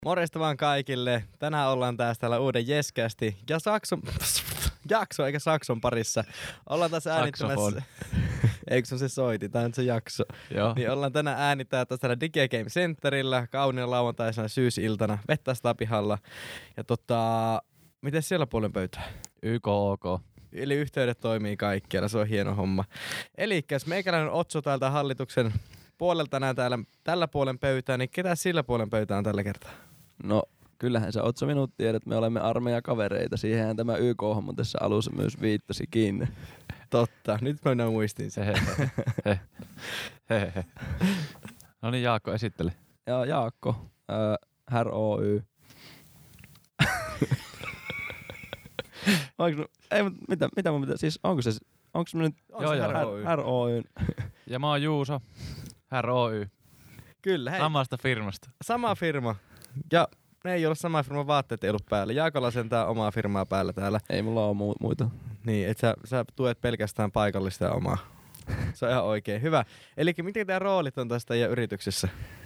Morjesta vaan kaikille. Tänään ollaan täällä uuden Jeskästi ja jakso eikä Sakson parissa. Ollaan tässä äänittämässä. Eikö se soiti? Tää on se jakso. Joo. Niin ollaan tänään äänittää täällä DigiGame Centerillä kauniina lauantaisena syysiltana. Vettä sitä pihalla. Ja miten siellä puolen pöytää? YKOK. Eli yhteydet toimii kaikkialla, se on hieno homma. Elikkäs meikäläinen Otso täältä hallituksen puolelta tänään tällä puolen pöytää, niin ketä sillä puolen pöytää on tällä kertaa? No, kyllähän sä Otso minut tiedät, me olemme armeijakavereita. Siihenhän tämä YK-homma tässä alussa myös viittasi kiinni. Totta, nyt minä muistin se. No niin, Jaakko, esittele. Ja Jaakko, ROY. Siis onko se nyt ROY? Ja mä oon Juuso, ROY. Kyllä, hei. Samasta firmasta. Sama firma. Ja ne ei ole sama firma, vaatteet ei ollut päällä. Jaakolla sentään omaa firmaa päällä täällä. Ei mulla ole muita. Niin, että sä tuet pelkästään paikallista ja omaa. Se on ihan oikein. Hyvä. Eli mitkä teidän roolit on tässä teidän yrityksessä?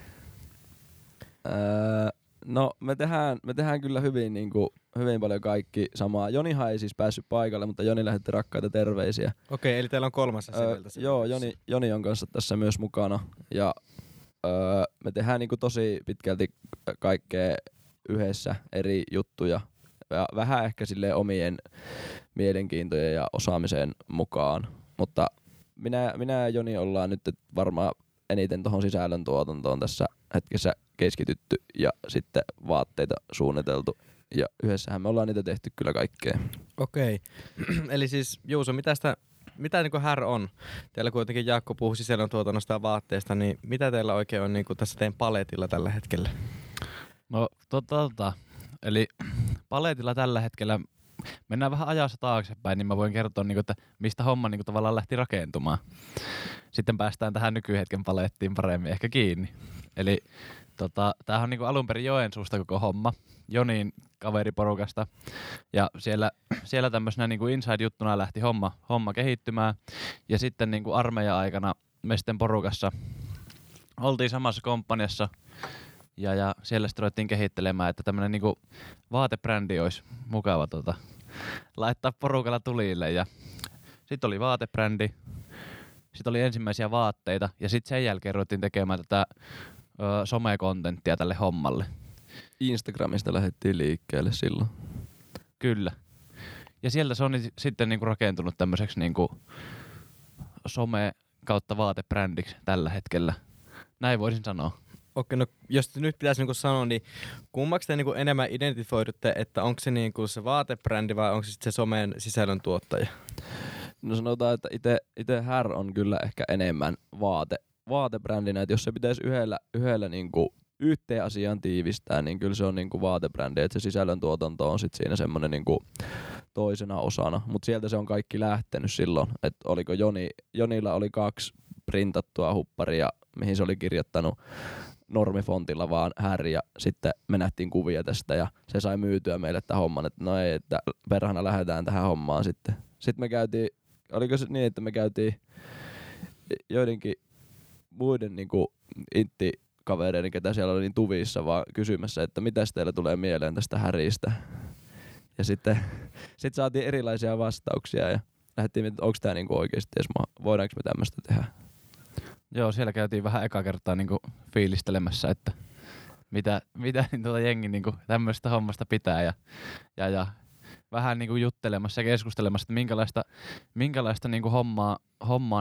No me tehdään kyllä hyvin paljon kaikki samaa. Jonihan ei siis päässyt paikalle, mutta Joni lähetti rakkaita terveisiä. Okei, eli teillä on kolmas sieltä. Joo, Joni on kanssa tässä myös mukana. Ja me tehdään tosi pitkälti kaikkea yhdessä eri juttuja. Ja vähän ehkä silleen omien mielenkiintojen ja osaamisen mukaan. Mutta minä ja Joni ollaan nyt varmaan eniten tuohon sisällöntuotantoon tässä hetkessä keskitytty ja sitten vaatteita suunniteltu. Ja yhdessähän me ollaan niitä tehty kyllä kaikkea. Okei. Eli siis Juuso, mitä niinku HR on? Teillä kuitenkin Jaakko puhui sisällöntuotannosta ja vaatteesta, niin mitä teillä oikein on niinku tässä teidän paletilla tällä hetkellä? No eli paletilla tällä hetkellä mennään vähän ajassa taaksepäin, niin mä voin kertoa, että mistä homma tavallaan lähti rakentumaan. Sitten päästään tähän nykyhetken palettiin paremmin ehkä kiinni. Eli tämähän on alun perin Joensuusta koko homma, Jonin kaveriporukasta. Ja siellä tämmöisenä inside-juttuna lähti homma kehittymään. Ja sitten armeija-aikana me sitten porukassa oltiin samassa komppaniassa. Ja siellä sitten ruvettiin kehittelemään, että tämmönen vaatebrändi olisi mukava laittaa porukalla tulille. Ja sitten oli vaatebrändi, sitten oli ensimmäisiä vaatteita ja sitten sen jälkeen ruvettiin tekemään tätä some-kontenttia tälle hommalle. Instagramista lähdettiin liikkeelle silloin. Kyllä. Ja sieltä se on sitten rakentunut tämmöiseksi some kautta vaatebrändiksi tällä hetkellä. Näin voisin sanoa. Okei, no jos nyt pitäisi sanoa, niin kummaksi te enemmän identifioidutte, että onko se se vaatebrändi vai onko se sitten se somen sisällöntuottaja? No sanotaan, että itse HR on kyllä ehkä enemmän vaatebrändinä, että jos se pitäisi yhdellä yhteen asiaan tiivistää, niin kyllä se on vaatebrändi, että se sisällöntuotanto on sitten siinä semmoinen toisena osana, mutta sieltä se on kaikki lähtenyt silloin, että oliko Jonilla oli 2 printattua hupparia, mihin se oli kirjoittanut normifontilla vaan HR ja sitten me nähtiin kuvia tästä ja se sai myytyä meille tämän homman, että no ei, että perhana lähdetään tähän hommaan sitten. Sitten me käytiin, oliko se niin, että me käytiin joidenkin muiden intti-kavereiden, ketä siellä oli tuvissa, vaan kysymässä, että mitäs teillä tulee mieleen tästä häristä. Ja sitten saatiin erilaisia vastauksia ja lähdettiin, että onko tämä oikeasti edes voidaanko me tämmöistä tehdä. Joo, siellä käytiin vähän eka kertaa fiilistelemässä, että mitä jengi tämmöistä hommasta pitää ja vähän juttelemassa ja keskustelemassa, että minkälaista hommaa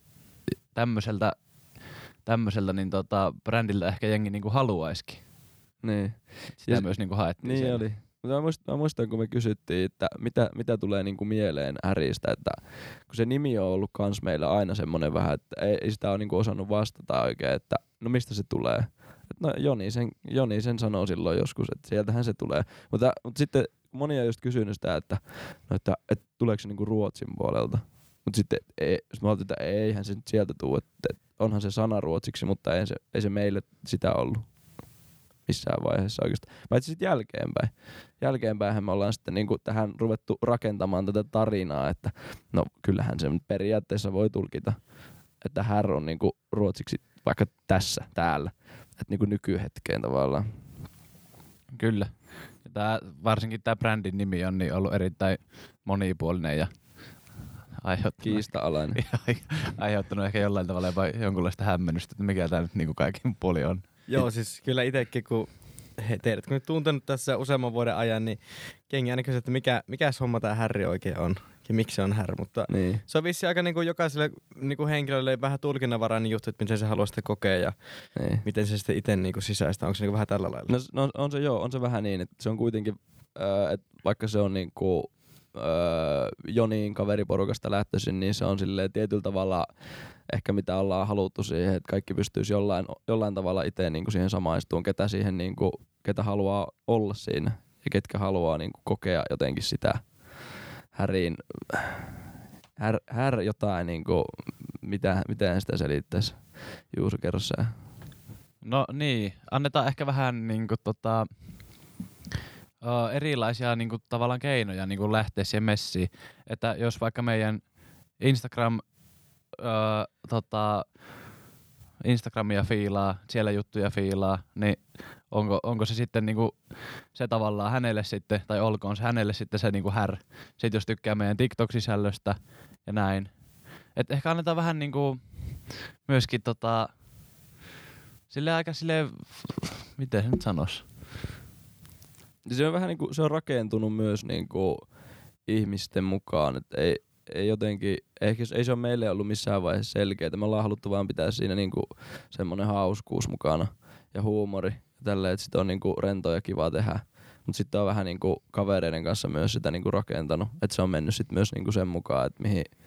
tämmöiseltä brändiltä ehkä jengi haluaisikin. Niin. Sitä ja myös haettiin. Niin siellä. oli. Mä muistan, kun me kysyttiin, että mitä tulee mieleen häristä, että kun se nimi on ollut kans meillä aina semmonen vähän, että ei sitä ole osannut vastata oikein, että no mistä se tulee. Et no Joni sen sanoo silloin joskus, että sieltähän se tulee. Mutta sitten moni on just kysynyt sitä, että tuleeko se Ruotsin puolelta. Mutta sitten mä ajattelin, että eihän se nyt sieltä tule, että onhan se sana ruotsiksi, mutta ei se meille sitä ollut missään vaiheessa oikeastaan. Paitsi sitten jälkeenpäin. Jälkeenpäinhän me ollaan sitten tähän ruvettu rakentamaan tätä tarinaa, että no kyllähän se periaatteessa voi tulkita, että HR on ruotsiksi vaikka täällä. Että nykyhetkeen tavallaan. Kyllä. Varsinkin tää brändin nimi on niin ollut erittäin monipuolinen ja kiista-alainen. aiheuttanut ehkä jollain tavalla jopa jonkunlaista hämmennystä, että mikä tää nyt niinku kaikin puoli on. Joo, siis kyllä itsekin, kun teidät kun nyt tuntenut tässä useamman vuoden ajan, niin kengi aina kysyy, että mikä homma tää Harry oikein on ja miksi se on Harry, mutta niin. Se on vissi aika niinku jokaiselle niinku henkilölle vähän tulkinnanvarainen juttu, että miten se haluaa sitä kokea ja niin. Miten se sitten itse niinku sisäistä. Onko se niinku vähän tällä lailla? No on se joo, on se vähän niin, että se on kuitenkin, että vaikka se on niinku Jonin kaveriporukasta lähtöisin, niin se on silleen tietyllä tavalla ehkä mitä ollaan haluttu siihen, että kaikki pystyisi jollain tavalla itse niinku siihen samaistumaan, ketä siihen niinku, ketä haluaa olla siinä ja ketkä haluaa niinku kokea jotenkin sitä Harryn jotain niinku, miten sitä selittäisi. Juuso, kerro sä. No niin, annetaan ehkä vähän niinku erilaisia niinku tavallaan keinoja niinku lähteä siihen messiin. Että jos vaikka meidän Instagramia fiilaa, siellä juttuja fiilaa, niin onko se sitten niinku se tavallaan hänelle sitten, tai olkoon se hänelle sitten se niinku sitten jos tykkää meidän TikTok-sisällöstä ja näin. Et ehkä annetaan vähän niinku myöskin silleen aika silleen, miten se nyt sanois? Se on vähän niinku, se on rakentunut myös niinku ihmisten mukaan, että ei jotenkin, ehkä ei se ole meille ollut missään vaiheessa selkeää. Me ollaan haluttu vaan pitää siinä niinku semmonen hauskuus mukana ja huumori ja tälleen, että sitä on niinku rentoa ja kiva tehdä. Mut sitten on vähän niinku kavereiden kanssa myös sitä niinku rakentanut, että se on mennyt sit myös niinku sen mukaan, että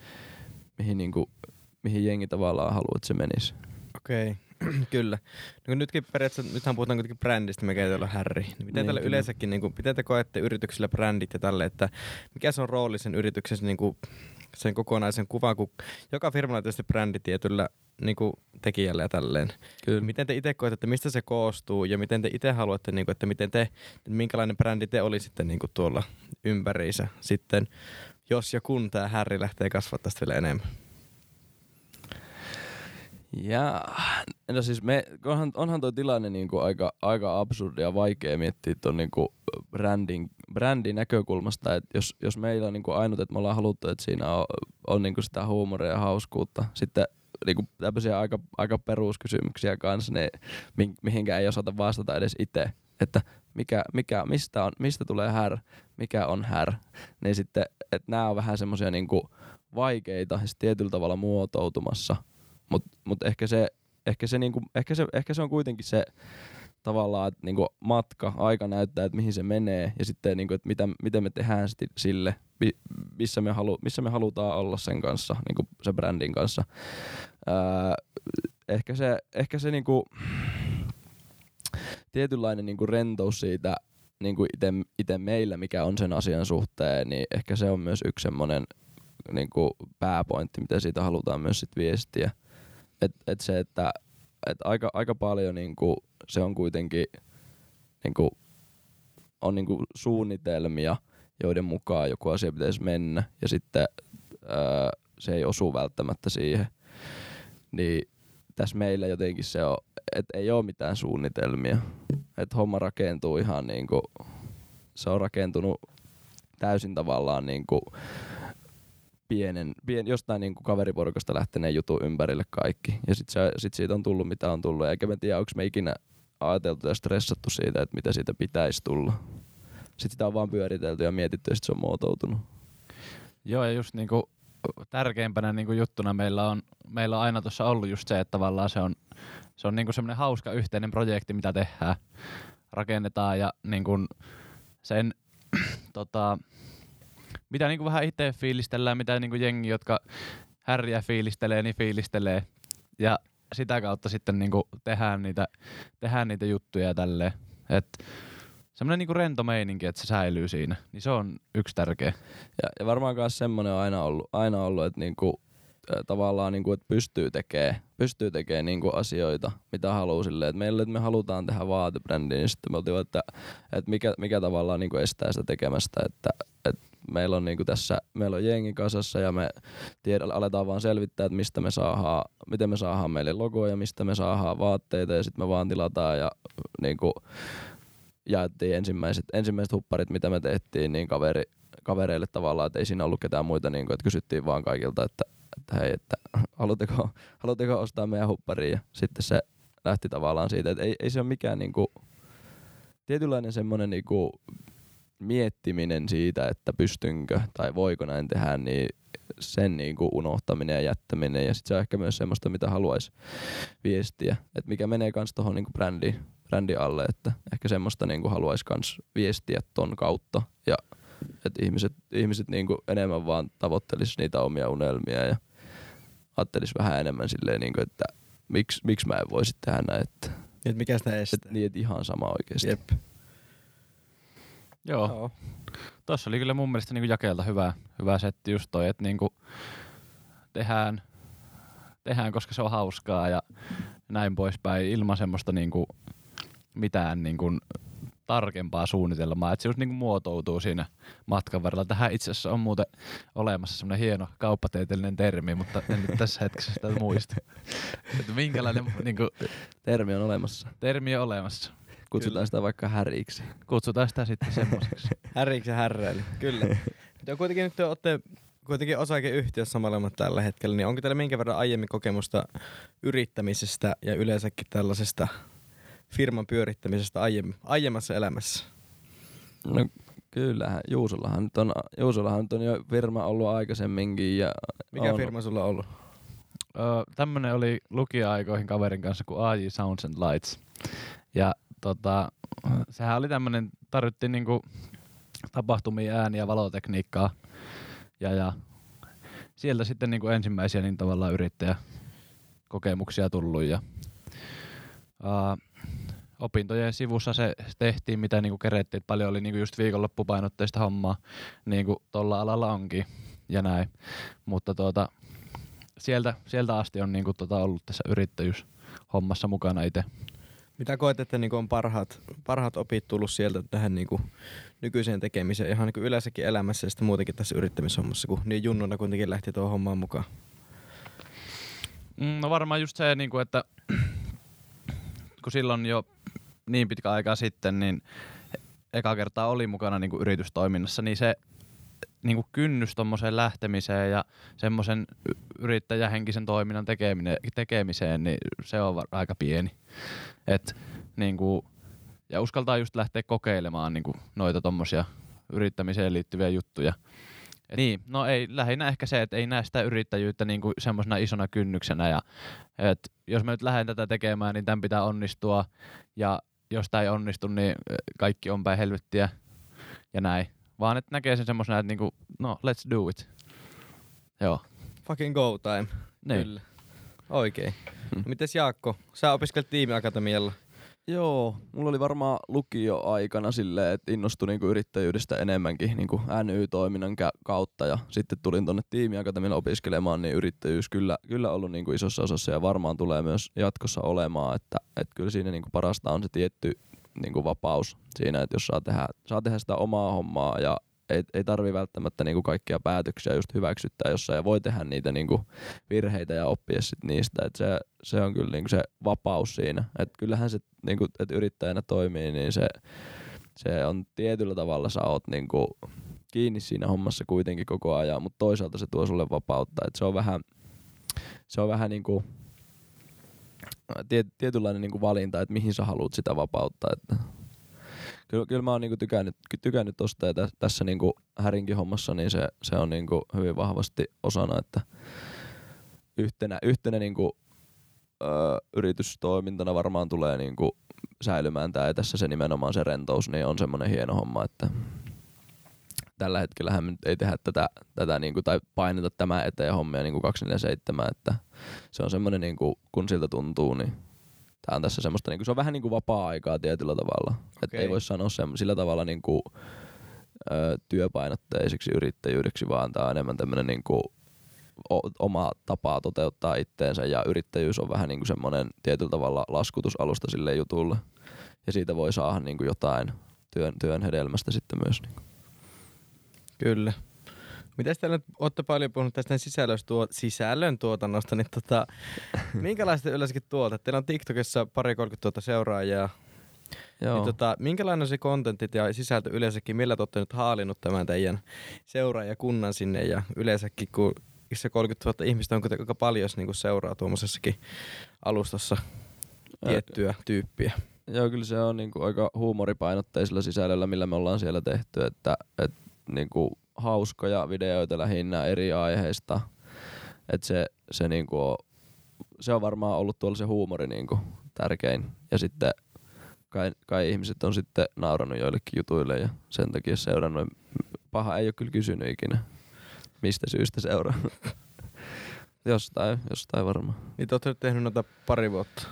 mihin jengi tavallaan haluaa, että se menisi. Okei. Kyllä. No nytkin periaatteessa, nythän puhutaan kuitenkin brändistä, mikä teillä on Harry. Niin miten tällä yleensäkin, niin kuin, miten te koette yrityksillä brändit ja tälle, että mikä se on rooli sen yrityksessä niin kuin, sen kokonaisen kuvan, kun joka firmalla on tietysti brändi tietyllä niin kuin, tekijällä ja tälleen. Kyllä. Miten te itse koette, että mistä se koostuu ja miten te itse haluatte, niin kuin, että minkälainen brändi te olisitte niin kuin, tuolla ympäriinsä sitten, jos ja kun tämä Harry lähtee kasvattaa tästä vielä enemmän? Ja no siis onhan toi tilanne niinku aika absurdi ja vaikea miettiä ton niinku brändin näkökulmasta, että jos meillä on niinku ainut, että me ollaan haluttu, että siinä on niinku sitä huumoria ja hauskuutta, sitten niinku tämmöisiä aika peruskysymyksiä kanssa, ne, mihinkä ei osata vastata edes itse, että mistä tulee mikä on niin sitten, että nämä on vähän semmosia niinku vaikeita ja tietyllä tavalla muotoutumassa. Mut ehkä se on kuitenkin se tavallaan, että niinku aika näyttää, että mihin se menee ja sitten niinku, että miten me tehdään sille, missä me halutaan olla sen kanssa, niinku sen brändin kanssa. Ehkä se niinku tietynlainen niinku rentous siitä niinku ite meillä, mikä on sen asian suhteen, niin ehkä se on myös yksi semmonen niinku pääpointti, mitä siitä halutaan myös sit viestiä. Että aika paljon niinku se on kuitenkin niinku on niinku suunnitelmia, joiden mukaan joku asia pitäisi mennä ja sitten se ei osu välttämättä siihen. Niin tässä meillä jotenkin se on, että ei ole mitään suunnitelmia. Että homma rakentuu ihan niinku, se on rakentunut täysin tavallaan niinku jostain niinku kaveriporukasta lähteneen jutun ympärille kaikki. Ja sit siitä on tullut mitä on tullut. Eikä mä tiedä, onko me ikinä ajateltu ja stressattu siitä, että mitä siitä pitäisi tulla. Sitten sitä on vaan pyöritelty ja mietitty ja sit se on muotoutunut. Joo, ja just niinku tärkeimpänä niinku juttuna meillä on aina tuossa ollut just se, että tavallaan se on niinku semmoinen hauska yhteinen projekti, mitä tehdään. Rakennetaan ja niinku sen mitä niinku vähän itse fiilistellään, mitä niinku jengi, jotka Harryä fiilistelee, niin fiilistelee. Ja sitä kautta sitten niinku tehdään niitä juttuja ja tälleen. Et semmoinen niinku rento meininki, että se säilyy siinä, niin se on yksi tärkeä. Ja varmaan myös semmoinen on aina ollut että niinku, tavallaan niinku, että pystyy tekemään niinku asioita, mitä haluaa silleen. Että me halutaan tehdä vaatebrändin, niin sitten me oltiin, että mikä tavallaan niinku estää sitä tekemästä, että meillä on niinku meillä on jengi kasassa ja me aletaan vaan selvittää, että miten me saadaan meille logoja, mistä me saadaan vaatteita ja sitten me vaan tilataan ja niinku jaettiin ensimmäiset hupparit, mitä me tehtiin, niin kavereille tavallaan, että ei siinä ollut ketään muita, niin kuin, että kysyttiin vaan kaikilta, että hei, että haluatteko ostaa meidän hupparia, ja sitten se lähti tavallaan siitä, että ei se ole mikään niinku, tietynlainen semmoinen niinku, miettiminen siitä, että pystynkö tai voiko näin tehdä, niin sen niinku unohtaminen ja jättäminen, ja sitten se on ehkä myös semmoista, mitä haluaisi viestiä, että mikä menee kans tohon niinku brändin alle, että ehkä semmoista niinku haluaisi kans viestiä ton kautta, ja että ihmiset niinku enemmän vaan tavoittelis niitä omia unelmia ja ajattelis vähän enemmän silleen niinku, että miksi mä en voisi tehdä näin, että mikä sitä estää? Niin, että ihan sama oikeesti. Jep. Joo. Tossa oli kyllä mun mielestä niinku jakelta hyvä setti just toi, että niinku tehdään, koska se on hauskaa ja näin poispäin ilman semmoista niinku mitään niinku tarkempaa suunnitelmaa, että se just niinku muotoutuu siinä matkan varrella. Tähän itse asiassa on muuten olemassa semmoinen hieno kauppatieteellinen termi, mutta en nyt tässä hetkessä sitä muista. Että minkälainen niinku termi on olemassa. Termi on olemassa. Kutsutaan kyllä sitä vaikka häriksi. Kutsutaan sitä sitten semmoiseksi. Häriksi ja härräily, kyllä. Mutta kuitenkin nyt olette kuitenkin osakeyhtiössä samalla tällä hetkellä, niin onko teillä minkä verran aiemmin kokemusta yrittämisestä ja yleensäkin tällaisesta firman pyörittämisestä aiemmassa elämässä? No kyllähän, Juusollahan nyt on jo firma ollut aikaisemminkin. Ja mikä firma sulla on ollut? Tämmönen oli lukija-aikoihin kaverin kanssa kuin AJ Sounds and Lights. Ja sehän oli tämmönen, tarvittiin niinku tapahtumia, ääniä, valotekniikkaa. Ja sieltä sitten niinku ensimmäisiä niin tavallaan yrittäjäkokemuksia tullut. Ja opintojen sivussa se tehtiin, mitä niinku kerettiin. Paljon oli niinku just viikonloppupainotteista hommaa, niinku tolla alalla onkin ja näin. Mutta sieltä asti on niinku ollut tässä yrittäjyyshommassa mukana itse. Mitä koet, että niinku on parhaat opit tullut sieltä tähän niinku nykyiseen tekemiseen, ihan niinku yleensäkin elämässä ja sitten muutenkin tässä yrittämishommassa, kun niin junnuna kuitenkin lähti tuohon hommaan mukaan? No varmaan just se, niinku, että kun silloin jo niin pitkä aikaa sitten, niin eka kertaa oli mukana niinku yritystoiminnassa, niin se niinku kynnys tommoseen lähtemiseen ja semmoisen yrittäjähenkisen toiminnan tekemiseen, niin se on aika pieni. Et niinku, ja uskaltaa just lähteä kokeilemaan niinku noita tommosia yrittämiseen liittyviä juttuja. Niin, no ei, lähinnä ehkä se, että ei näe sitä yrittäjyyttä niinku semmosena isona kynnyksenä ja et jos mä nyt lähden tätä tekemään, niin tän pitää onnistua ja jos tää ei onnistu, niin kaikki on päin helvettiä ja näin. Vaan että näkee sen semmosena, että niinku, no let's do it. Joo. Fucking go time. Niin. Kyllä. Oikein. Mites Jaakko, sä opiskelet tiimiakatemialla? Joo, mulla oli varmaan lukio-aikana silleen, että innostui niinku yrittäjyydestä enemmänkin niinku NY-toiminnan kautta ja sitten tulin tonne tiimiakatemialle opiskelemaan, niin yrittäjyys kyllä ollut niinku isossa osassa ja varmaan tulee myös jatkossa olemaan, että kyllä siinä niinku parasta on se tietty niinku vapaus siinä, että jos saa tehdä sitä omaa hommaa ja ei tarvi välttämättä niinku kaikkia päätöksiä just hyväksyttää jossain ja voi tehdä niitä niinku virheitä ja oppia sit niistä, että se on kyllä niinku se vapaus siinä, että kyllähän se niinku, että yrittäjänä toimii, niin se on tietyllä tavalla sä oot niinku kiinni siinä hommassa kuitenkin koko ajan, mutta toisaalta se tuo sulle vapautta, että se on vähän niinku tietynlainen niinku valinta, että mihin sä haluat sitä vapautta, että kyllä mä oon niinku tykännyt tosta ja tässä niinku Härinkin hommassa niin se on niinku hyvin vahvasti osana, että yhtenä niinku yritystoimintana varmaan tulee niinku säilymään tää ja tässä se nimenomaan se rentous niin on semmonen hieno homma, että tällä hetkellähän nyt ei tehdä tätä niinku tai paineta tämä eteen hommia niinku 247, että se on semmonen niinku kun siltä tuntuu niin tää on tässä semmoista niinku se on vähän niinku vapaa-aikaa tietyllä tavalla. Okay. Et ei voi sanoa sillä tavalla niinku työpainotteiseksi yrittäjyydeksi, vaan tää on enemmän tämmönen niinku oma tapaa toteuttaa itteensä ja yrittäjyys on vähän niinku semmonen tietyllä tavalla laskutusalusta sille jutulle. Ja siitä voi saada niinku jotain työn hedelmästä sitten myös niinku. Kyllä. Mites teillä nyt ootte paljon puhunut tästä sisällön tuotannosta, niin minkälaista yleensäkin tuolta? Teillä on TikTokissa 30 000 seuraajaa. Joo. Niin minkälainen se contentit ja sisältö yleensäkin, millä te olette nyt haalinnut tämän teidän seuraajakunnan sinne ja yleensäkin, kun se 30 000 ihmistä on kuitenkin aika paljon, jos niinku seuraa tuommoisessakin alustassa tiettyä tyyppiä. Joo, kyllä se on niinku aika huumoripainotteisella sisällöllä, millä me ollaan siellä tehty, että niinku hauskoja videoita lähinnä eri aiheista. Et se niinku se on varmaan ollut tuolla se huumori niinku tärkein. Ja sitten kai ihmiset on sitten nauranut joillekin jutuille ja sen takia seurannut. Paha ei ole kyllä kysynyt ikinä, mistä syystä seuraa. Jostain varmaan. Niin te olette nyt tehnyt noita pari vuotta.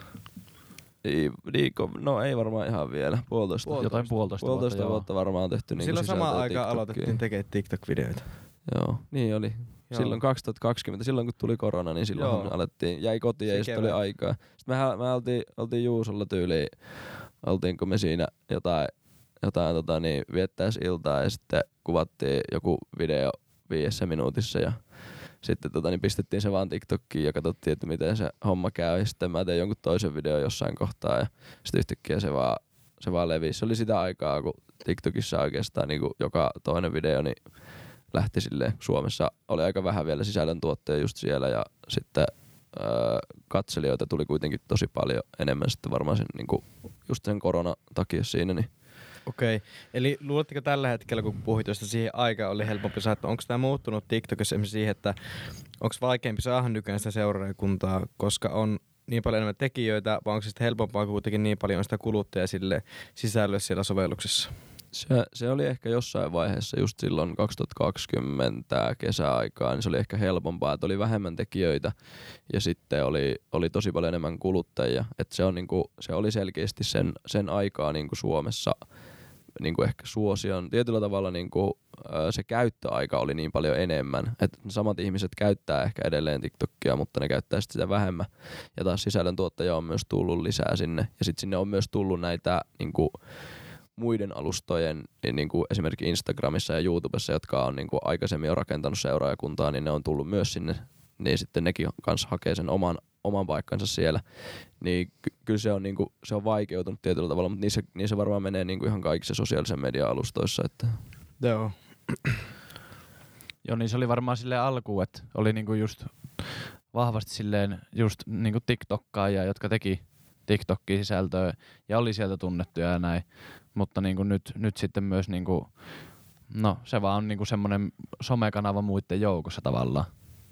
No ei varmaan ihan vielä. Jotain puolitoista vuotta varmaan on tehty. Silloin samaan aikaan aloitettiin tekemään TikTok-videoita. Joo, niin oli. Joo. Silloin 2020, silloin kun tuli korona, niin silloin me alettiin, jäi kotiin ja sitten oli aikaa. Sitten me oltiin Juusolla tyyliin, oltiinko me siinä jotain viettäis iltaa ja sitten kuvattiin joku video 5 minuutissa ja sitten pistettiin se vaan TikTokiin ja katsottiin, että miten se homma käy. Ja sitten mä tein jonkun toisen videon jossain kohtaa ja sitten yhtäkkiä se vaan levisi. Se oli sitä aikaa, kun TikTokissa oikeastaan niin kuin joka toinen video niin lähti silleen. Suomessa oli aika vähän vielä sisällöntuotteja just siellä ja sitten katselijoita tuli kuitenkin tosi paljon enemmän sitten varmaan sen, niin kuin just sen koronan takia siinä. Niin. Okei. Eli luuletteko tällä hetkellä, kun puhuit josta siihen aikaan oli helpompi saada, onko tämä muuttunut TikTokissa esimerkiksi siihen, että onko vaikeampi saada nykyään sitä seuraajakuntaa, koska on niin paljon enemmän tekijöitä, vai onko se sitten helpompaa, kun kuitenkin niin paljon on sitä kuluttajaa sille sisällölle siellä sovelluksessa? Se oli ehkä jossain vaiheessa just silloin 2020 kesäaikaa, niin se oli ehkä helpompaa, että oli vähemmän tekijöitä ja sitten oli tosi paljon enemmän kuluttajia. Että se oli selkeästi sen aikaa niinku Suomessa niinku ehkä suosion. Tietyllä tavalla niinku, se käyttöaika oli niin paljon enemmän, että samat ihmiset käyttää ehkä edelleen TikTokia, mutta ne käyttää sitä vähemmän. Ja taas sisällöntuottajia on myös tullut lisää sinne ja sitten sinne on myös tullut näitä niinku muiden alustojen, niin kuin esimerkiksi Instagramissa ja YouTubessa, jotka on niin kuin aikaisemmin jo rakentanut seuraajakuntaa, niin ne on tullut myös sinne, niin sitten nekin kanssa hakee sen oman paikkansa siellä. Niin kyllä se on, niin kuin, se on vaikeutunut tietyllä tavalla, mutta niissä varmaan menee niin kuin ihan kaikissa sosiaalisen media-alustoissa. Että. Joo. Joo, niin se oli varmaan silleen alkuun, että oli niinku just vahvasti silleen just niinku TikTokkaajia, jotka teki TikTokia sisältöä ja oli sieltä tunnettuja ja näin. Mutta niinku nyt sitten myös niinku, no se vaan on niinku semmonen somekanava muiden joukossa tavallaan.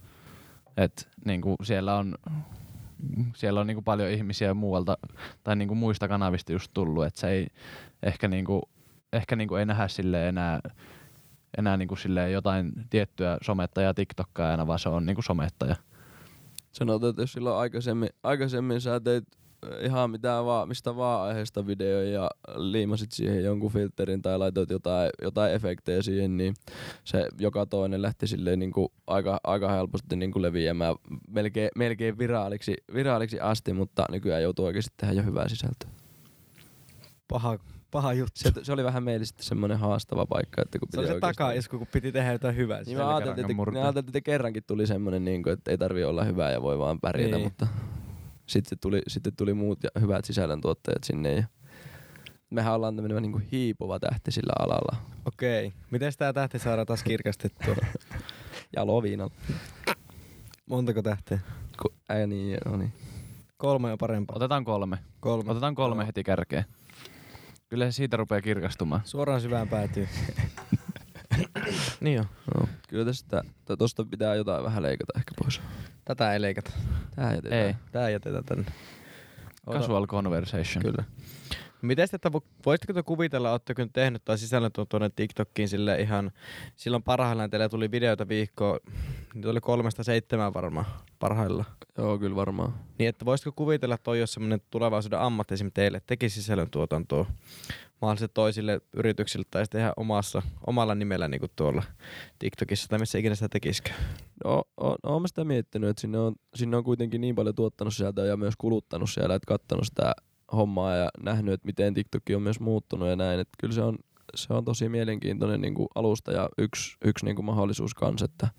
Et niinku siellä on niinku paljon ihmisiä muualta tai niinku muista kanavista just tullut, että se ei ehkä niinku ei nähdä silleen enää niinku silleen jotain tiettyä somettajaa TikTokkaajana, vaan se on niinku somettaja. Sanotaan, että jos silloin aikaisemmin sä teit ihan mistä vaan aiheesta videoja ja liimasit siihen jonkun filterin tai laitoit jotain efektejä siihen, niin se joka toinen lähti silleen niinku aika helposti niinku leviämään melkein viraaliksi asti, mutta nykyään joutuu oikeasti tehdä jo hyvää sisältöä. Paha juttu. Se oli vähän meille sitten semmoinen haastava paikka, että kun se oli se takaisku, kun piti tehdä jotain hyvää. Niin mä ajattelin, että kerrankin tuli semmoinen, niin että ei tarvii olla hyvää ja voi vaan pärjätä, niin. Mutta sitten tuli muut ja hyvät sisällöntuottajat sinne. Ja mehän ollaan tämmöinen niin kuin hiipuva tähti sillä alalla. Okei. Miten tää tähti saadaan taas kirkastettua? Ja loviinalla. Montako tähteä? Niin, no niin. 3 on parempaa. Otetaan 3. Otetaan 3 heti kärkeen. Kyllä se siitä rupeaa kirkastumaan. Suoraan syvään päätyy. Niin jo. No, kyllä tosta pitää jotain vähän leikata ehkä pois. Tätä ei leikata. Tää jätetään tänne. Casual conversation. Kyllä. Miten sitten, voisitteko te kuvitella, ootteko nyt tehnyt tai sisällön tuonne TikTokiin sille ihan, silloin parhaillaan teille tuli videoita viikkoon, niitä oli 3-7 varmaan parhailla. Joo, kyllä varmaan. Niin, että voisitko kuvitella, että toi olisi semmoinen tulevaisuuden ammatti esimerkiksi teille, teki sisällön tuotantoa mahdollisesti toisille yrityksille tai sitten ihan omalla nimellä niin kuin tuolla TikTokissa tai missä ikinä sitä tekisikään? No, oon mä sitä miettinyt, että sinne on kuitenkin niin paljon tuottanut sieltä ja myös kuluttanut siellä, että kattanut sitä hommaa ja nähnyt, että miten TikTok on myös muuttunut ja näin. Että kyllä se on tosi mielenkiintoinen niin kuin alusta ja yksi niin kuin mahdollisuus kanssa, että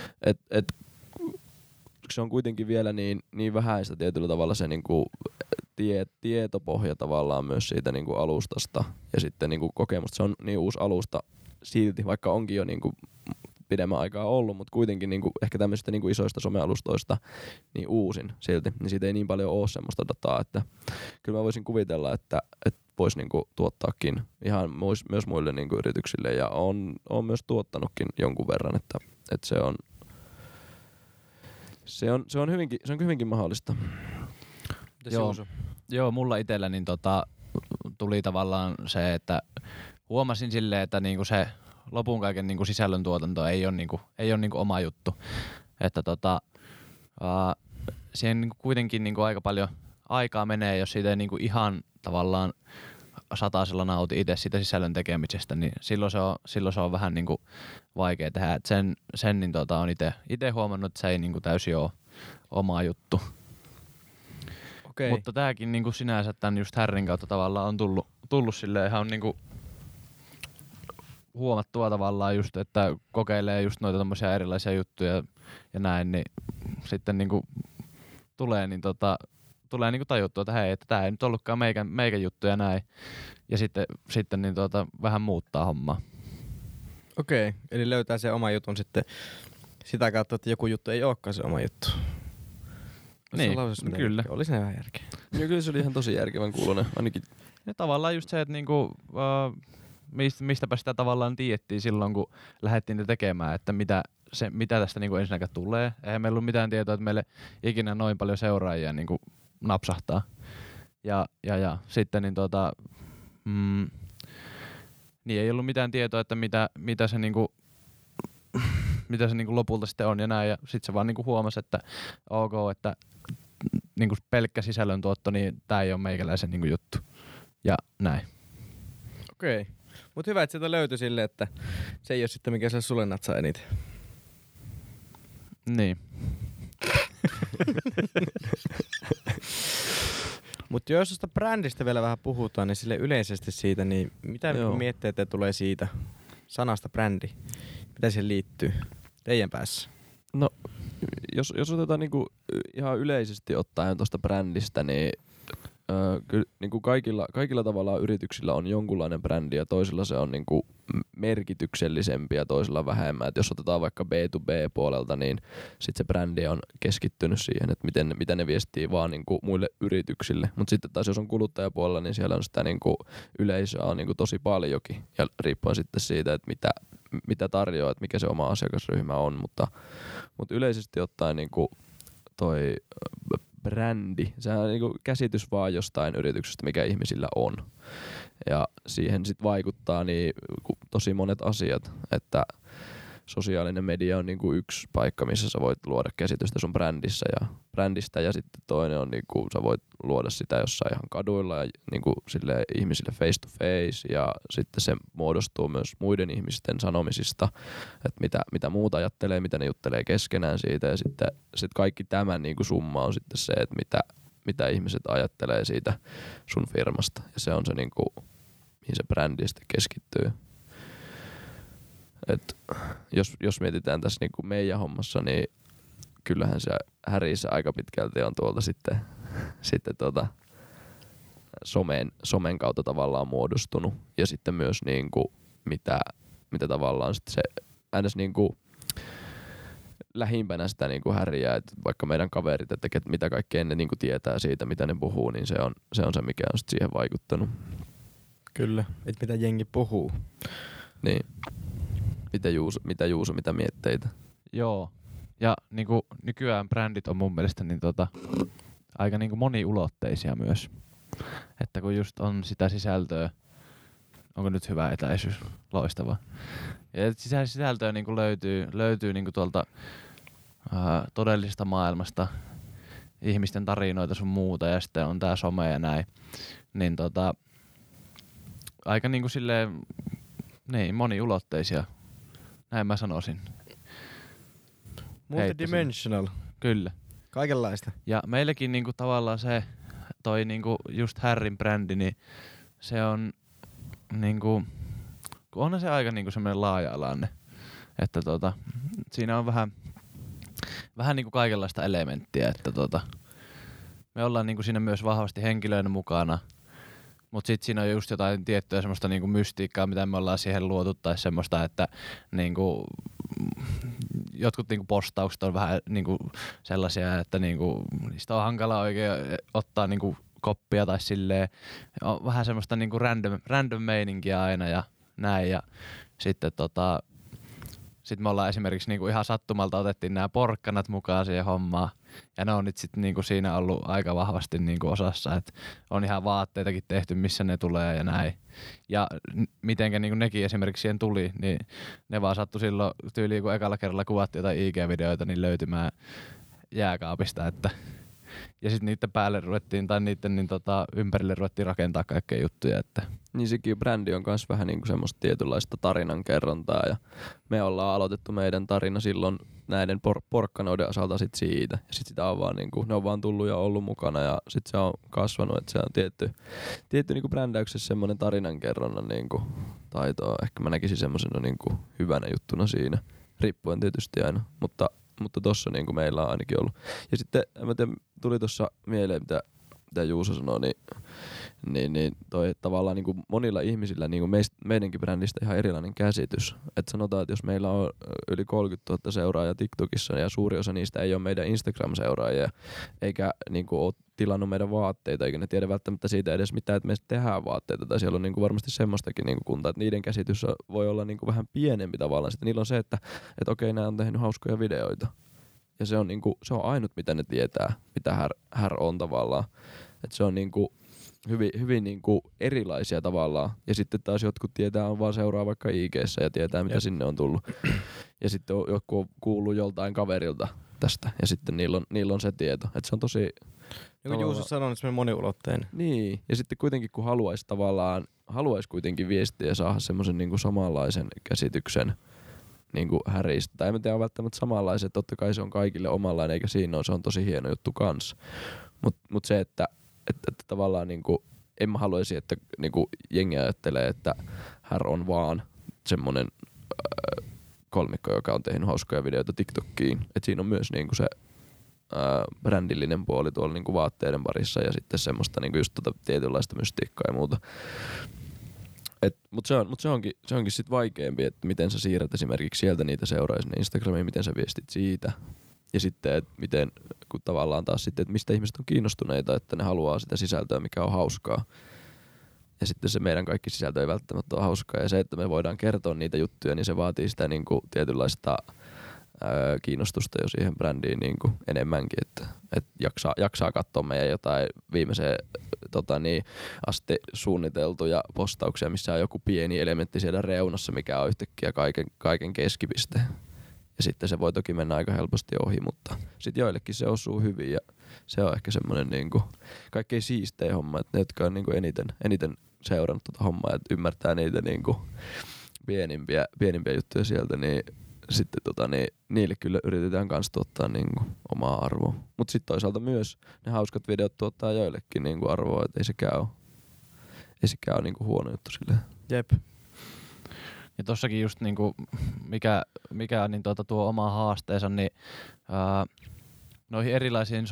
se on kuitenkin vielä niin vähäistä tietyllä tavalla se niin kuin tietopohja tavallaan myös siitä niinku alustasta ja sitten niinku kokemusta. Se on niin uusi alusta silti, vaikka onkin jo niinku pidemmän aikaa ollut, mutta kuitenkin niinku ehkä tämmöisistä niinku isoista somealustoista niin uusin silti, niin siitä ei niin paljon ole semmoista dataa, että kyllä mä voisin kuvitella, että voisi niinku tuottaakin ihan myös muille niinku yrityksille ja on myös tuottanutkin jonkun verran, että se on hyvinkin mahdollista. Joo, mulla itsellä niin tuli tavallaan se, että huomasin silleen, että niinku se lopun kaiken niinku sisällön tuotanto ei ole niinku oma juttu. Että siihen niinku kuitenkin niinku aika paljon aikaa menee, jos siitä ei niinku ihan tavallaan satasella nauti itse siitä sisällön tekemisestä, niin silloin se on vähän niinku vaikea tehdä. Et sen niin on itse huomannut, että se ei niinku täysin ole oma juttu. Okay. Mutta tääkin niinku sinänsä tän just Härrin kautta tavallaan on tullut silleen ihan niinku huomattua tavallaan just, että kokeilee just noita tommosia erilaisia juttuja ja näin, niin sitten niinku tulee niinku tajuttua, että hei, että tää ei nyt ollutkaan meikän juttu ja näin. Ja sitten niin vähän muuttaa hommaa. Okei, eli löytää se oma jutun sitten sitä kautta, että joku juttu ei olekaan se oma juttu. Niin, kyllä. Oli se ihan järkeä. Joo, kyllä se oli ihan tosi järkevän kuulonen, ainakin. Ja tavallaan just se, että niinku, mistäpä sitä tavallaan tiedettiin silloin, kun lähdettiin te tekemään, että mitä tästä niinku ensinnäkään tulee. Eihän meillä ollut mitään tietoa, että meille ikinä noin paljon seuraajia niinku napsahtaa. Ja sitten niin niin ei ollut mitään tietoa, että mitä se niinku lopulta sitten on ja näin. Ja sitten se vaan niinku huomasi, että ok, että niinku pelkkä sisällöntuotto, niin tää ei ole meikäläisen niinku juttu. Ja näin. Okei. Mut hyvä, että sieltä löytyi silleen, että se ei ole sitten mikä se sulle natsaa eniten. Niin. Mutta jos tuosta brändistä vielä vähän puhutaan, niin sille yleisesti siitä, niin mitä mietteitä tulee siitä sanasta brändi? Mitä siihen liittyy teidän päässä? No, jos otetaan niinku ihan yleisesti ottaen tuosta brändistä, niin kyllä niinku kaikilla tavalla yrityksillä on jonkunlainen brändi ja toisilla se on niinku merkityksellisempi ja toisilla vähemmän. Et jos otetaan vaikka B2B-puolelta, niin sit se brändi on keskittynyt siihen, että miten ne viestii vaan niinku muille yrityksille. Mutta sitten taas jos on kuluttajapuolella, niin siellä on sitä niinku yleisöä on niinku tosi paljonkin ja riippuen sitten siitä, että mitä tarjoaa, että mikä se oma asiakasryhmä on. Mutta yleisesti ottaen niinku toi brändi, sehän on niinku käsitys vaan jostain yrityksestä, mikä ihmisillä on. Ja siihen sit vaikuttaa niin tosi monet asiat, että sosiaalinen media on niinku yksi paikka, missä sä voit luoda käsitystä sun brändistä ja sitten toinen on niinku sä voit luoda sitä jossain ihan kaduilla ja niinku sille ihmisille face to face ja sitten se muodostuu myös muiden ihmisten sanomisista, että mitä muuta ajattelee, mitä ne juttelee keskenään siitä ja sitten kaikki tämä niinku summa on sitten se, että mitä ihmiset ajattelee siitä sun firmasta ja se on se niinku mihin se brändi sitten keskittyy. Et jos mietitään tässä niinku meidän hommassa, niin kyllähän se Härissä aika pitkälti on tuolta sitten somen kautta tavallaan muodostunut. Ja sitten myös niinku mitä tavallaan sitten se äänes niinku lähimpänä sitä niinku Häriä, että vaikka meidän kaverit, että mitä kaikkea ne niinku tietää siitä, mitä ne puhuu, niin se on se, mikä on sitten siihen vaikuttanut. Kyllä, että mitä jengi puhuu. Niin. Mitä mietteitä? Joo. Ja niinku nykyään brändit on mun mielestä niin aika niinku moniulotteisia myös. Että kun just on sitä sisältöä, onko nyt hyvä etäisyys? Loistavaa. Ja sisältöä niinku löytyy niinku tuolta todellisesta maailmasta, ihmisten tarinoita sun muuta ja sitten on tää some ja näin. Niin aika niinku silleen niin moniulotteisia. Näin mä sanoisin. Multidimensional. Kyllä. Kaikenlaista. Ja meilläkin niinku tavallaan se toi niinku just Härrin brändi, niin se on niinku onhan se aika niinku semmoinen laaja-alainen. Että siinä on vähän niinku kaikenlaista elementtiä, että me ollaan niinku siinä myös vahvasti henkilöinä mukana. Mut sit siinä on just jotain tiettyä semmoista niinku mystiikkaa, mitä me ollaan siihen luotu, tai semmoista, että niinku jotkut niinku postaukset on vähän niinku sellaisia, että niinku niistä on hankala oikein ottaa niinku koppia tai silleen. On vähän semmoista niinku random meininkiä aina ja näin. Ja sitten sit me ollaan esimerkiksi niinku ihan sattumalta otettiin nämä porkkanat mukaan siihen hommaan. Ja ne on nyt sitten niinku siinä ollut aika vahvasti niinku osassa, että on ihan vaatteitakin tehty, missä ne tulee ja näin. Ja mitenkä niinku nekin esimerkiksi siihen tuli, niin ne vaan sattui silloin tyyliin, kun ekalla kerralla kuvattiin jotain IG-videoita, niin löytymään jääkaapista. Ja sitten niiden päälle ruvettiin, tai niiden ympärille ruvettiin rakentaa kaikkea juttuja. Niin sekin brändi on myös vähän niinku semmoista tietynlaista tarinankerrontaa ja me ollaan aloitettu meidän tarina silloin näiden porkkanoiden osalta sit siitä. Ja sit sitä on vaan niinku, ne on vaan tullut ja ollut mukana ja sit se on kasvanut, että se on tietty niinku brändäyksessä semmoinen tarinankerronnan niinku taito. Ehkä mä näkisin semmosena niinku hyvänä juttuna siinä, riippuen tietysti aina, mutta tossa niinku meillä on ainakin ollut. Ja sitten mä tiedän, tuli tossa mieleen, mitä Juuso sanoi, niin toi tavallaan niinku monilla ihmisillä niinku meidänkin brändistä ihan erilainen käsitys. Et sanotaan, että jos meillä on yli 30 000 seuraajaa TikTokissa ja suuri osa niistä ei ole meidän Instagram-seuraajia eikä niinku ole tilannut meidän vaatteita, eikä ne tiedä välttämättä siitä edes mitään, että me tehdään vaatteita, tai siellä on niinku varmasti semmoistakin niinku kuntaa, että niiden käsitys voi olla niinku vähän pienempi tavallaan. Sitten niillä on se, että okei, nämä on tehnyt hauskoja videoita. Ja se on niinku, se on ainut, mitä ne tietää, mitä här on tavallaan. Että se on niinku hyvin niinku erilaisia tavallaan. Ja sitten taas jotkut tietää, on vaan seuraa vaikka IG:ssä ja tietää, mitä sinne on tullut. Ja sitten jotkut on kuullut joltain kaverilta tästä. Ja sitten niillä on se tieto. Että se on tosi... Niin kuin Juuso sanoi, niin se on moniulotteinen. Niin. Ja sitten kuitenkin kun haluaisi kuitenkin viestiä ja saada semmoisen niinku samanlaisen käsityksen niinku häristä. Tai en tiedä, on välttämättä samanlaisen. Totta kai se on kaikille omanlainen, eikä siinä ole. Se on tosi hieno juttu kans. Mut se, että tavallaan niinku, en mä haluaisi, että niinku jengi ajattelee, että här on vaan semmonen kolmikko, joka on tehnyt hauskoja videoita TikTokiin. Et siinä on myös niinku se brändillinen puoli tuolla niinku vaatteiden parissa ja sitten semmoista niinku just tietynlaista mystiikkaa ja muuta. Mut se onkin sit vaikeampi, että miten sä siirrät esimerkiksi sieltä niitä seuraajia sinne Instagramiin, miten sä viestit siitä. Ja sitten, että miten, kun tavallaan taas sitten, että mistä ihmiset on kiinnostuneita, että ne haluaa sitä sisältöä, mikä on hauskaa. Ja sitten se meidän kaikki sisältö ei välttämättä ole hauskaa. Ja se, että me voidaan kertoa niitä juttuja, niin se vaatii sitä niin kuin tietynlaista kiinnostusta jo siihen brändiin niin kuin enemmänkin. Että jaksaa katsoa meidän jotain viimeiseen asti suunniteltuja postauksia, missä on joku pieni elementti siellä reunassa, mikä on yhtäkkiä kaiken keskipiste. Ja sitten se voi toki mennä aika helposti ohi, mutta sitten joillekin se osuu hyvin ja se on ehkä semmoinen niinku kaikkein siistein homma, että ne, jotka on niinku eniten seurannut tota hommaa ja ymmärtää niitä niinku pienimpiä juttuja sieltä, niin sitten niille kyllä yritetään kans tuottaa niinku omaa arvoa. Mut sitten toisaalta myös ne hauskat videot tuottaa joillekin niinku arvoa, että ei sekään ole niinku huono juttu silleen. Jep. Ja tossakin just niinku, mikä niin tuo oma haasteensa, niin noihin erilaisiin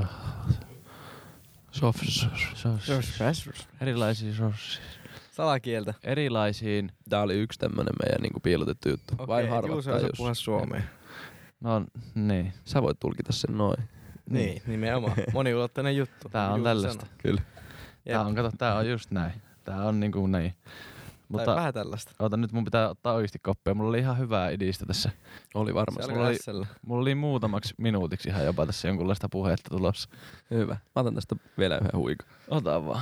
salakieltä. Erilaisiin. Tää oli yksi tämmönen meidän niinku piilotettu juttu. Okei, vain harvat Juuso osaa puhua suomea. No niin. Sä voit tulkita sen noin. Niin, nimenomaan. Moniulotteinen juttu. Tää on tällaista. Kyllä. Tää on just näin. Tää on niinku näin. Mutta vähän tällaista. Oota, nyt mun pitää ottaa oikeesti koppia. Mulla oli ihan hyvää idistä tässä. Oli varmasti. Mulla oli muutamaksi minuutiksi ihan jopa tässä jonkunlaista puhetta tulossa. Hyvä. Mä otan tästä vielä yhden huikan. Ota vaan.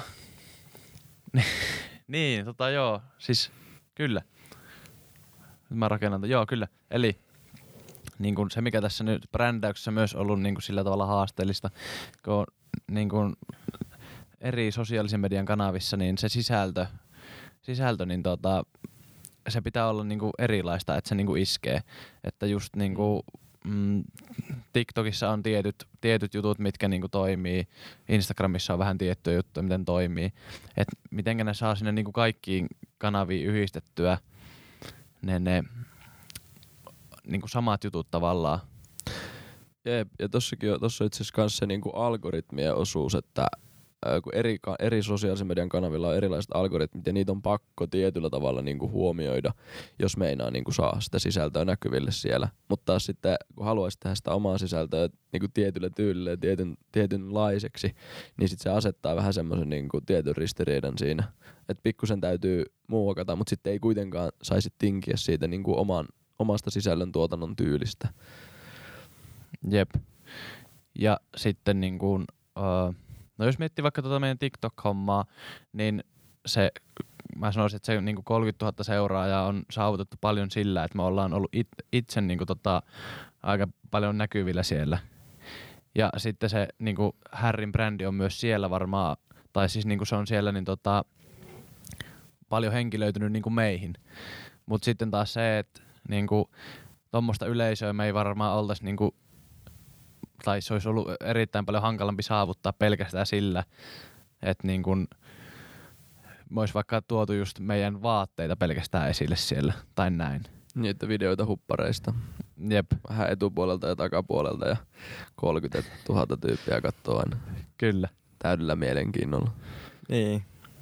Niin, joo. Siis, kyllä. Nyt mä rakennan. Joo, kyllä. Eli niin kun se, mikä tässä nyt brändäyksessä myös ollut niin kun sillä tavalla haasteellista, kun on niin kun eri sosiaalisen median kanavissa, niin se sisältö niin se pitää olla niinku erilaista, että se niinku iskee. Että just niinku TikTokissa on tietyt jutut, mitkä niinku toimii. Instagramissa on vähän tiettyjä juttuja, miten toimii. Et mitenkä ne saa sinne niinku kaikkiin kanaviin yhdistettyä ne niinku samat jutut tavallaan. Jep, ja tossa on itse asiassa kans se niinku algoritmien osuus, että kun eri sosiaalisen median kanavilla on erilaiset algoritmit ja niitä on pakko tietyllä tavalla niinku huomioida, jos meinaa niinku saa sitä sisältöä näkyville siellä. Mutta taas sitten kun haluaisi tehdä sitä omaa sisältöä niinku tietyllä tyylillä ja tietynlaiseksi, niin sit se asettaa vähän semmoisen niinku tietyn ristiriidan siinä. Että pikkusen täytyy muokata, mutta sitten ei kuitenkaan saisi tinkiä siitä niinku omasta sisällön tuotannon tyylistä. Jep. Ja sitten niin kuin, no jos miettii vaikka tuota meidän TikTok-hommaa, niin mä sanoisin, että se niin kuin 30 000 seuraajaa on saavutettu paljon sillä, että me ollaan ollut itse niin kuin aika paljon näkyvillä siellä. Ja sitten se niin kuin Harryn brändi on myös siellä varmaan, tai siis niin kuin se on siellä niin paljon henkilöitynyt niin kuin meihin. Mutta sitten taas se, että niin kuin tommoista yleisöä me ei varmaan oltaisi niinku, tai se olisi ollut erittäin paljon hankalampi saavuttaa pelkästään sillä, että niin kun me olisi vaikka tuotu just meidän vaatteita pelkästään esille siellä, tai näin. Niin, että videoita huppareista. Jep. Vähän etupuolelta ja takapuolelta ja 30 000 tyyppiä katsoo aina. Kyllä. Täydellä mielenkiinnolla. Niin.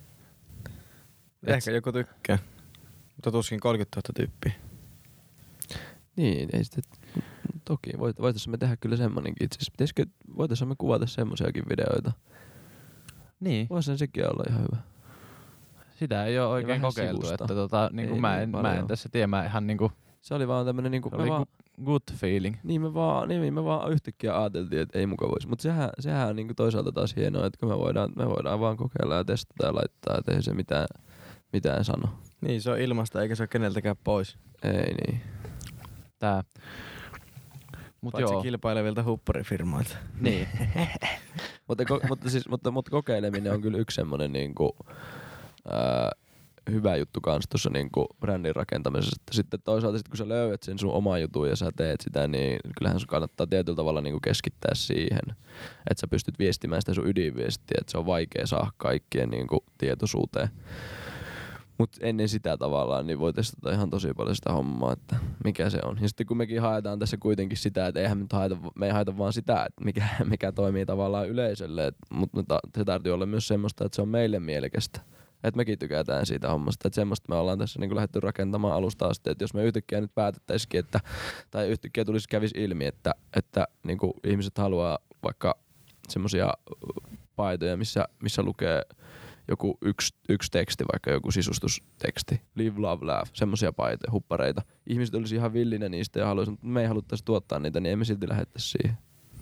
Ehkä joku tykkää. Mutta tuskin 30 000 tyyppiä. Niin, ei sitten. Toki voitaisiin me tehdä kyllä semmonenkin itse asiassa. Voitaisiin me kuvata semmosiakin videoita. Niin. Voisihan sekin olla ihan hyvä. Sitä ei ole oikein kokeiltu, sivusta. Että niinku mä en tässä tiedä, mä ihan niinku. Se oli vaan tämmönen niinku. Good feeling. Niin me vaan yhtäkkiä ajateltiin, että ei muka voisi. Mut sehän on niinku toisaalta taas hienoa, että kun me voidaan vaan kokeilla ja testata ja laittaa, että ei se mitään sano. Niin, se on ilmasta eikä se ole keneltäkään pois. Ei niin. Paitsi kilpailevilta hupparifirmoilta. Niin. mutta kokeileminen on kyllä yksi semmonen niinku, hyvä juttu kans tuossa niinku brändin rakentamisessa. Sitten toisaalta kun sä löydät sen sun oman jutun ja sä teet sitä, niin kyllähän sun kannattaa tietyllä tavalla niinku keskittää siihen, että sä pystyt viestimään sitä sun ydinviestiä, että se on vaikea saada kaikkien niinku tietoisuuteen. Mut ennen sitä tavallaan niin voi testata ihan tosi paljon sitä hommaa, että mikä se on. Ja sitten kun mekin haetaan tässä kuitenkin sitä, että me ei haeta vaan sitä, että mikä toimii tavallaan yleisölle, mutta se täytyy olla myös semmoista, että se on meille mielekästä. Että mekin tykätään siitä hommasta. Että semmoista me ollaan tässä niin lähdetty rakentamaan alusta asti. Että jos me yhtäkkiä nyt päätettäisikin, tai yhtäkkiä kävisi ilmi, että niin kuin ihmiset haluaa vaikka semmoisia paitoja, missä lukee joku yksi teksti, vaikka joku sisustusteksti, live, love, laugh, semmosia paitoja, huppareita. Ihmiset olisi ihan villinä niistä ja mutta me ei haluttaisi tuottaa niitä, niin emme silti lähettäisi siihen.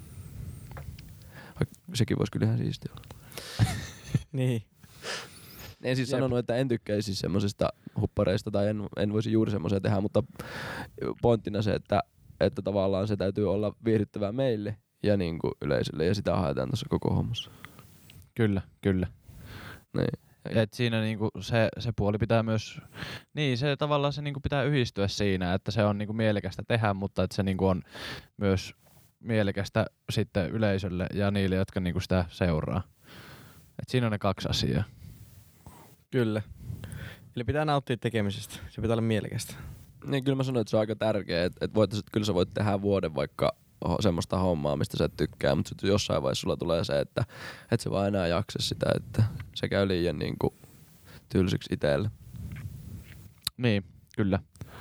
Sekin voisi kyllä ihan siistiä olla. Niin. En siis sanonut, että en tykkäisi semmosista huppareista tai en voisi juuri semmoisia tehdä, mutta pointtina se, että tavallaan se täytyy olla viihdyttävää meille ja niin kuin yleisölle ja sitä haetaan tuossa koko hommassa. Kyllä. Niin. Et siinä niinku se puoli pitää myös, niin se tavallaan se niinku pitää yhdistyä siinä, että se on niinku mielekästä tehdä, mutta että se niinku on myös mielekästä sitten yleisölle ja niille, jotka niinku sitä seuraa. Et siinä on ne kaksi asiaa. Kyllä. Eli pitää nauttia tekemisestä. Se pitää olla mielekästä. Niin kyllä mä sanoin, että se on aika tärkeä, että kyllä sä voit tehdä vuoden vaikka semmoista hommaa, mistä sä et tykkää, mutta sitten jossain vaiheessa sulla tulee se, että et sä vaan enää jaksa sitä, että se käy liian niinku tylsiksi itselle. Niin, kyllä.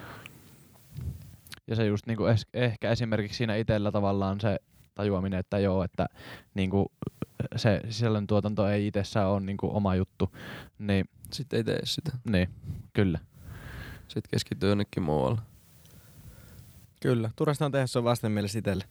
Ja se just niinku ehkä esimerkiksi siinä itsellä tavallaan se tajuaminen, että joo, että niinku se sisällöntuotanto ei itsessään ole niinku oma juttu, niin sitten ei tee sitä. Niin, kyllä. Sitten keskittyy jonnekin muualle. Kyllä. Turhasta on tehdä, se on vastenmielessä itselle.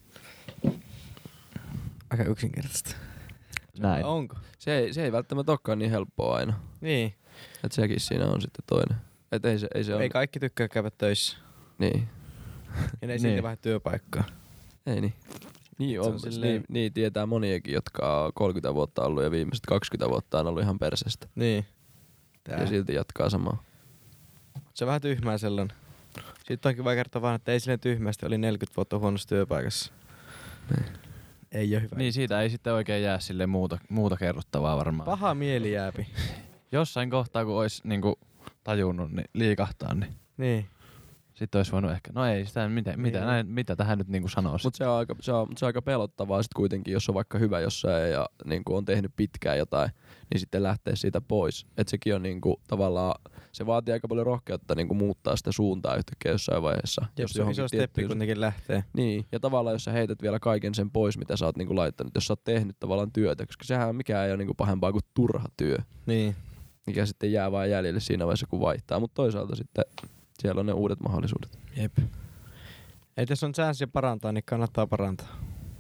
Aika yksinkertaista. Näin. Onko? Se ei välttämättä olekaan niin helppoa aina. Niin. Et sekin siinä on sitten toinen. Et ei kaikki tykkää käydä töissä. Niin. Ja ne ei silti vähän työpaikkaa. Ei niin. Niin on. Niin tietää moniakin, jotka on 30 vuotta ollut ja viimeiset 20 vuotta on ollut ihan persestä. Niin. Ja silti jatkaa samaa. Se on vähän tyhmää sellainen. Sitten on kiva kertoa vaan, että ei silleen tyhmästi, oli 40 vuotta huonossa työpaikassa. Niin. Ei ole hyvä. Niin siitä ei sitten oikein jää sille muuta kerrottavaa varmaan. Paha mieli jääpi. Jossain kohtaa, kun olisi niinku tajunnut, niin liikahtaa, niin. Niin. Sitten olisi voinut ehkä, no ei sitä, mitä tähän nyt niinku sanoisi. Mutta se on aika pelottavaa sit kuitenkin, jos on vaikka hyvä jossain ja niinku on tehnyt pitkään jotain, niin sitten lähtee siitä pois. Et sekin on niinku tavallaan, se vaatii aika paljon rohkeutta niinku muuttaa sitä suuntaa yhtäkkiä jossain vaiheessa. Jos se on iso steppi kuitenkin lähtee. Niin, ja tavallaan jos sä heität vielä kaiken sen pois, mitä sä oot niinku laittanut, jos sä oot tehnyt tavallaan työtä, koska sehän mikään ei ole niinku pahempaa kuin turha työ. Niin. Mikä sitten jää vaan jäljelle siinä vaiheessa, kun vaihtaa. Mutta toisaalta sitten siellä on ne uudet mahdollisuudet. Jep. Ei jos on chanssi parantaa, niin kannattaa parantaa.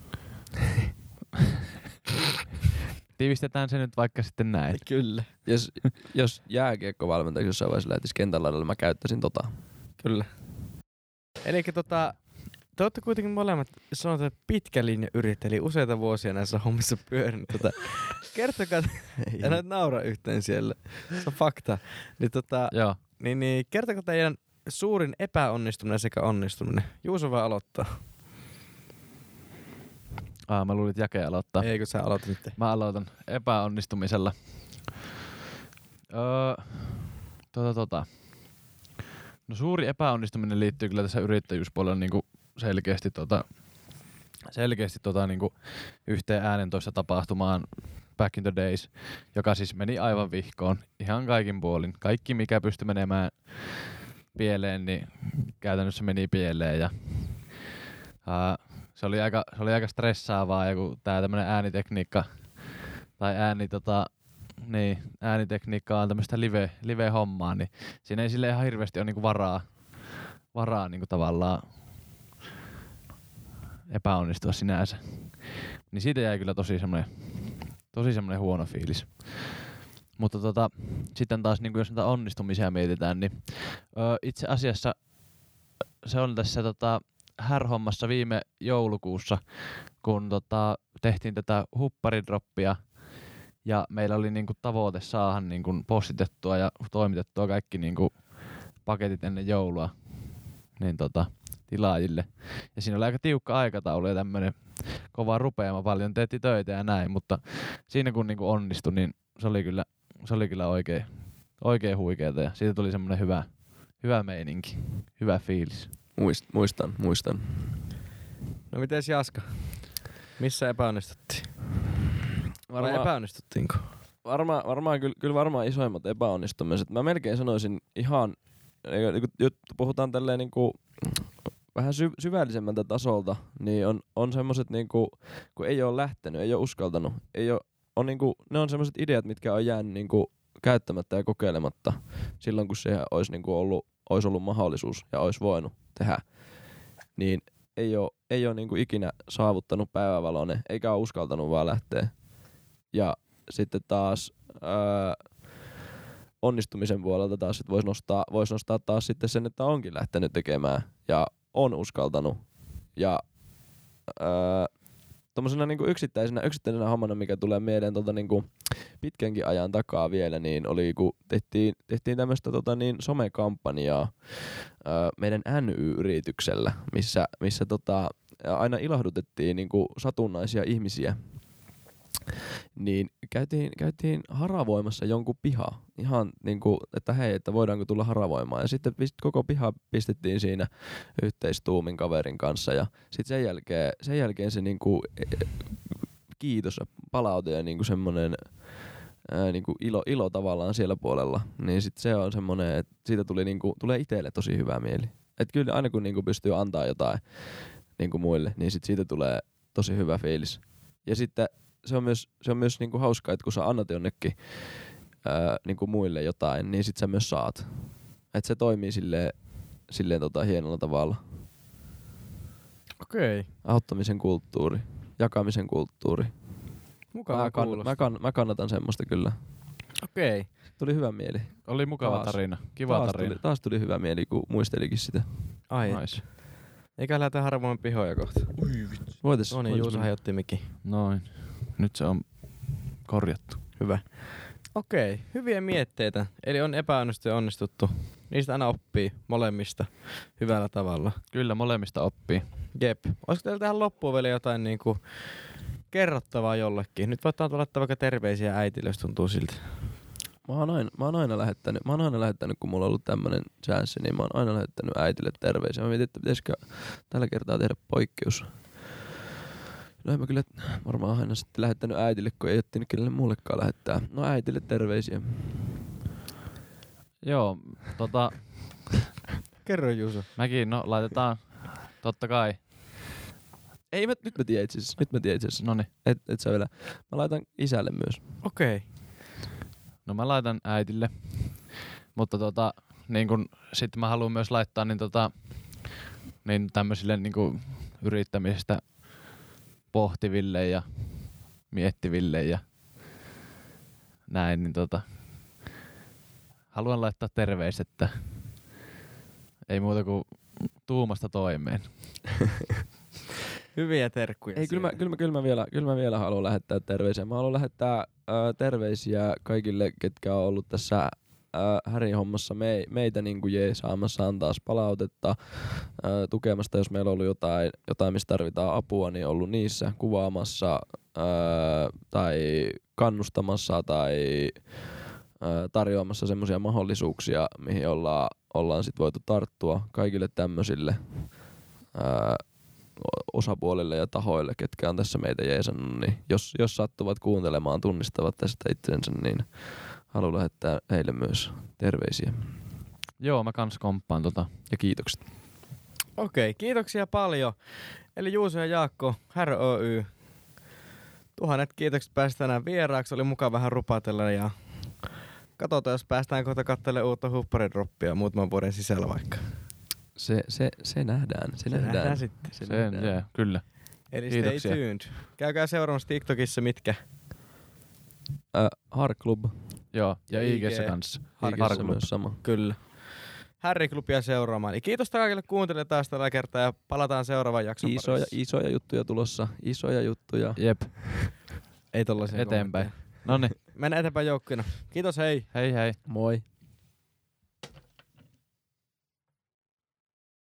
Tiivistetään se nyt vaikka sitten näin. Kyllä. Jos jääkiekkovalmentajaksi jossain vaiheessa lähtisi kentän laidalle, mä käyttäisin tota. Kyllä. Elikkä te olette kuitenkin molemmat sanotaan, että pitkä linja yrittäjä, useita vuosia näissä hommissa pyörinyt. Kertokaa, en naura yhteen siellä, se on fakta. Joo. Niin, kertokaa teidän suurin epäonnistuminen sekä onnistuminen. Juuso vai aloittaa? Mä luulin, että Jake aloittaa. Eikö sä aloita nyt? Mä aloitan epäonnistumisella. No suuri epäonnistuminen liittyy kyllä tässä yrittäjyyspuolella niinku selkeästi niinku yhteen 11 tapahtumaan Back in the Days, joka siis meni aivan vihkoon ihan kaikin puolin. Kaikki mikä pystyi menemään pieleen, niin käytännössä meni pieleen ja se oli aika stressaavaa ja kun tää tämmönen äänitekniikka tai äänitekniikka on tämmöstä live-hommaa, niin siinä ei sille ihan hirveästi ole niinku varaa niinku tavallaan epäonnistua sinänsä. Niin siitä jäi kyllä tosi semmonen huono fiilis. Mutta sitten taas niinku jos näitä onnistumisia mietitään, niin itse asiassa se on tässä härhommassa viime joulukuussa, kun tehtiin tätä hupparidroppia ja meillä oli niinku tavoite saada niinku postitettua ja toimitettua kaikki niinku paketit ennen joulua niin tilaajille. Ja siinä oli aika tiukka aikataulu ja tämmönen kova rupeama, paljon teetti töitä ja näin, mutta siinä kun niinku onnistui, niin se oli kyllä oikein huikeeta ja siitä tuli semmonen hyvä meininki, hyvä fiilis. Muistan. No mites Jaska? Missä epäonnistuttiin? Vai epäonnistuttiinko? Varmaan isoimmat epäonnistumiset. Mä melkein sanoisin ihan, puhutaan tälleen niinku vähän syvällisemmältä tasolta, niin on semmoset niinku, kun ei oo lähtenyt, ei oo uskaltanut, ne on semmoset ideat, mitkä on jäänyt niinku käyttämättä ja kokeilematta silloin, kun se olisi niinku ollut mahdollisuus ja olisi voinut tehdä, niin ei oo niinku ikinä saavuttanut päivävalone, eikä ole uskaltanut vaan lähteä. Ja sitten taas onnistumisen puolelta taas sit vois nostaa taas sitten sen, että onkin lähtenyt tekemään ja on uskaltanut. Ja tommosena niinku yksittäisenä hommana, mikä tulee mieleen niinku pitkänkin ajan takaa vielä, niin oli kun tehtiin tämmöstä somekampanjaa meidän NY-yrityksellä, missä aina ilahdutettiin niinku satunnaisia ihmisiä. Niin käytiin haravoimassa jonkun piha. Ihan niinku, että hei, että voidaanko tulla haravoimaan. Ja sitten koko piha pistettiin siinä yhteistuumin kaverin kanssa. Ja sitten sen jälkeen se niinku kiitos ja palaute ja niinku semmonen niinku ilo tavallaan siellä puolella. Niin sit se on semmonen, että siitä tulee itselle tosi hyvä mieli. Et kyllä aina kun niinku pystyy antaa jotain niinku muille, niin sit siitä tulee tosi hyvä fiilis. Ja sitten se on myös niinku hauskaa, että kun sä annat jonnekin niinku muille jotain, niin sit sä myös saat. Et se toimii silleen hienolla tavalla. Okei. Auttamisen kulttuuri, jakamisen kulttuuri. Mukava kuulostaa. Mä kannatan semmoista kyllä. Okei. Tuli hyvä mieli. Oli mukava tarina. Kiva tarina. Taas tuli hyvä mieli, kun muistelikin sitä. Ai. Nice. Eikä lähdetään harvoin pihoja kohta. Voitais. No niin, Juuso hajotti mikin. Noin. Nyt se on korjattu. Hyvä. Okei, hyviä mietteitä. Eli on epäonnistettu ja onnistuttu. Niistä aina oppii molemmista hyvällä tavalla. Kyllä, molemmista oppii. Jep. Olisiko teillä tähän loppuun vielä jotain niinku kerrottavaa jollekin? Nyt voidaan laittaa vaikka terveisiä äitille, jos tuntuu siltä. Mä oon aina lähettänyt, kun mulla on ollut tämmönen chanssi, niin mä oon aina lähettänyt äitille terveisiä. Mä mietin, että pitäisikö tällä kertaa tehdä poikkeus. No en mä kyllä varmaan aina sitten lähettänyt äitille, kun ei ole tiennyt kenelle muullekaan lähettää. No äitille terveisiä. Joo, Kerro Juuso. mäkin, no laitetaan, totta kai. Ei, nyt mä tiedän itse asiassa. Noniin. Et sä vielä. Mä laitan isälle myös. Okei. No mä laitan äitille, mutta niin kun sit mä haluan myös laittaa niin tämmösille niin kun yrittämisestä pohtiville ja miettiville ja näin, niin haluan laittaa terveiset, että ei muuta kuin tuumasta toimeen. Hyviä terkkuja. Ei, kyllä mä vielä haluan lähettää terveisiä. Mä haluan lähettää terveisiä kaikille, ketkä on ollut tässä Häri-hommassa meitä niin kuin jeesaamassa, antaa palautetta, tukemasta, jos meillä on ollut jotain, mistä tarvitaan apua, niin ollut niissä kuvaamassa tai kannustamassa tai tarjoamassa semmoisia mahdollisuuksia, mihin ollaan sit voitu tarttua kaikille tämmöisille osapuolille ja tahoille, ketkä on tässä meitä jeesannut, niin jos sattuvat kuuntelemaan, tunnistavat tästä itsensä, niin haluan lähettää heille myös terveisiä. Joo, mä kans komppaan Ja kiitokset. Okei, kiitoksia paljon. Eli Juuso ja Jaakko, Härö Oy. 1000 kiitokset päästä tänään vieraaksi. Oli mukava vähän rupatella ja katsotaan, jos päästään kohta katselemaan uutta hupparidroppia muutaman vuoden sisällä vaikka. Se nähdään. Se nähdään sitten. Se nähdään. Yeah, kyllä. Eli Kiitoksia. stay tuned. Käykää seuraamassa TikTokissa mitkä. Harklub. Joo, ja IG IG:ssä kanssa. Harklub myös sama. Kyllä. Härriklubia seuraamaan. Eli kiitos kaikille kuuntelijoille taas tällä kertaa ja palataan seuraavan jakson parissa. Isoja juttuja tulossa. Isoja juttuja. Jep, Ei tollaisia eteenpäin. Noniin, Mennään eteenpäin joukkoina. Kiitos, hei. hei hei. Moi.